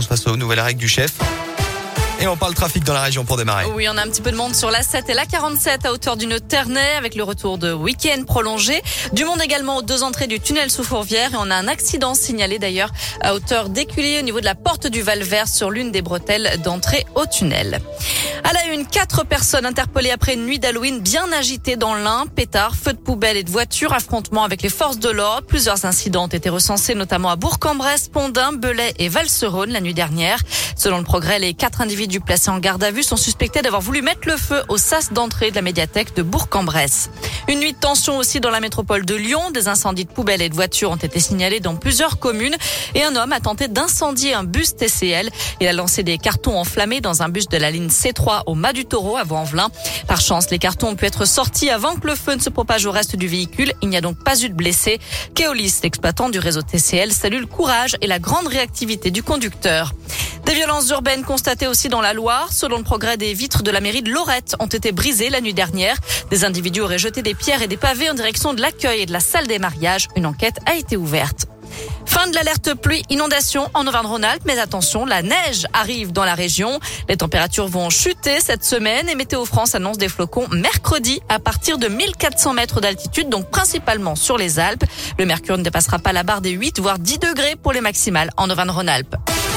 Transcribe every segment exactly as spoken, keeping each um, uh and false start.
réponse face aux nouvelles règles du chef. Et on parle trafic dans la région pour démarrer. Oui, on a un petit peu de monde sur l'A sept et l'A quarante-sept à hauteur du nœud Ternay avec le retour de week-end prolongé. Du monde également aux deux entrées du tunnel sous Fourvière et on a un accident signalé d'ailleurs à hauteur d'Écully au niveau de la porte du Val-Vert sur l'une des bretelles d'entrée au tunnel. À la une, quatre personnes interpellées après une nuit d'Halloween bien agitée dans l'Ain. Pétards, feux de poubelle et de voitures, affrontements avec les forces de l'ordre. Plusieurs incidents ont été recensés notamment à Bourg-en-Bresse, Pondin, Belay et Val-Serone la nuit dernière. Selon le Progrès, les quatre individus placés en garde à vue sont suspectés d'avoir voulu mettre le feu au sas d'entrée de la médiathèque de Bourg-en-Bresse. Une nuit de tension aussi dans la métropole de Lyon. Des incendies de poubelles et de voitures ont été signalés dans plusieurs communes et un homme a tenté d'incendier un bus T C L. Il a lancé des cartons enflammés dans un bus de la ligne C trois au Mas du Taureau à Vaux-en-Velin. Par chance, les cartons ont pu être sortis avant que le feu ne se propage au reste du véhicule. Il n'y a donc pas eu de blessés. Keolis, l'exploitant du réseau T C L, salue le courage et la grande réactivité du conducteur. Des violences urbaines constatées aussi dans la Loire. Selon le Progrès, des vitres de la mairie de Lorette ont été brisées la nuit dernière. Des individus auraient jeté des pierres et des pavés en direction de l'accueil et de la salle des mariages. Une enquête a été ouverte. Fin de l'alerte pluie inondation en Auvergne-Rhône-Alpes, mais attention, la neige arrive dans la région. Les températures vont chuter cette semaine et Météo France annonce des flocons mercredi à partir de mille quatre cents mètres d'altitude, donc principalement sur les Alpes. Le mercure ne dépassera pas la barre des huit, voire dix degrés pour les maximales en Auvergne-Rhône-Alpes.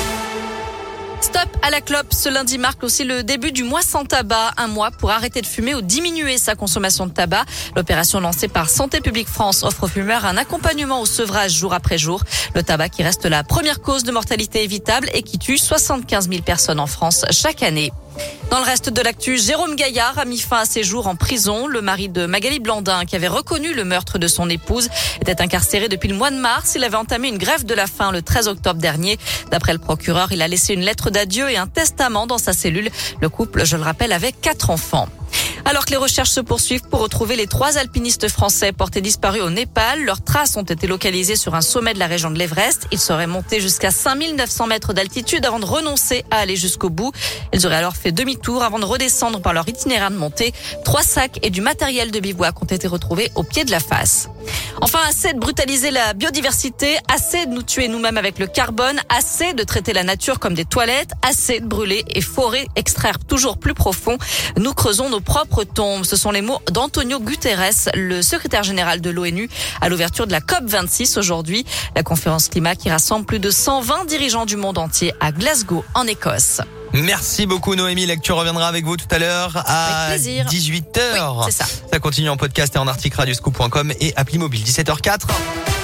Stop à la clope. Ce lundi marque aussi le début du mois sans tabac. Un mois pour arrêter de fumer ou diminuer sa consommation de tabac. L'opération lancée par Santé publique France offre aux fumeurs un accompagnement au sevrage jour après jour. Le tabac qui reste la première cause de mortalité évitable et qui tue soixante-quinze mille personnes en France chaque année. Dans le reste de l'actu, Jérôme Gaillard a mis fin à ses jours en prison. Le mari de Magali Blandin, qui avait reconnu le meurtre de son épouse, était incarcéré depuis le mois de mars. Il avait entamé une grève de la faim le treize octobre dernier. D'après le procureur, il a laissé une lettre d'adieu et un testament dans sa cellule. Le couple, je le rappelle, avait quatre enfants. Alors que les recherches se poursuivent pour retrouver les trois alpinistes français portés disparus au Népal, leurs traces ont été localisées sur un sommet de la région de l'Everest. Ils seraient montés jusqu'à cinq mille neuf cents mètres d'altitude avant de renoncer à aller jusqu'au bout. Ils auraient alors fait demi-tour avant de redescendre par leur itinéraire de montée. Trois sacs et du matériel de bivouac ont été retrouvés au pied de la face. Enfin, assez de brutaliser la biodiversité, assez de nous tuer nous-mêmes avec le carbone, assez de traiter la nature comme des toilettes, assez de brûler et forer, extraire toujours plus profond. Nous creusons nos propres tombes. Ce sont les mots d'Antonio Guterres, le secrétaire général de l'ONU, à l'ouverture de la COP vingt-six aujourd'hui. La conférence climat qui rassemble plus de cent vingt dirigeants du monde entier à Glasgow, en Écosse. Merci beaucoup Noémie, Lectu reviendra avec vous tout à l'heure à dix-huit heures. Oui, c'est ça. Ça continue en podcast et en article radioscoop point com et appli mobile dix-sept heures zéro quatre.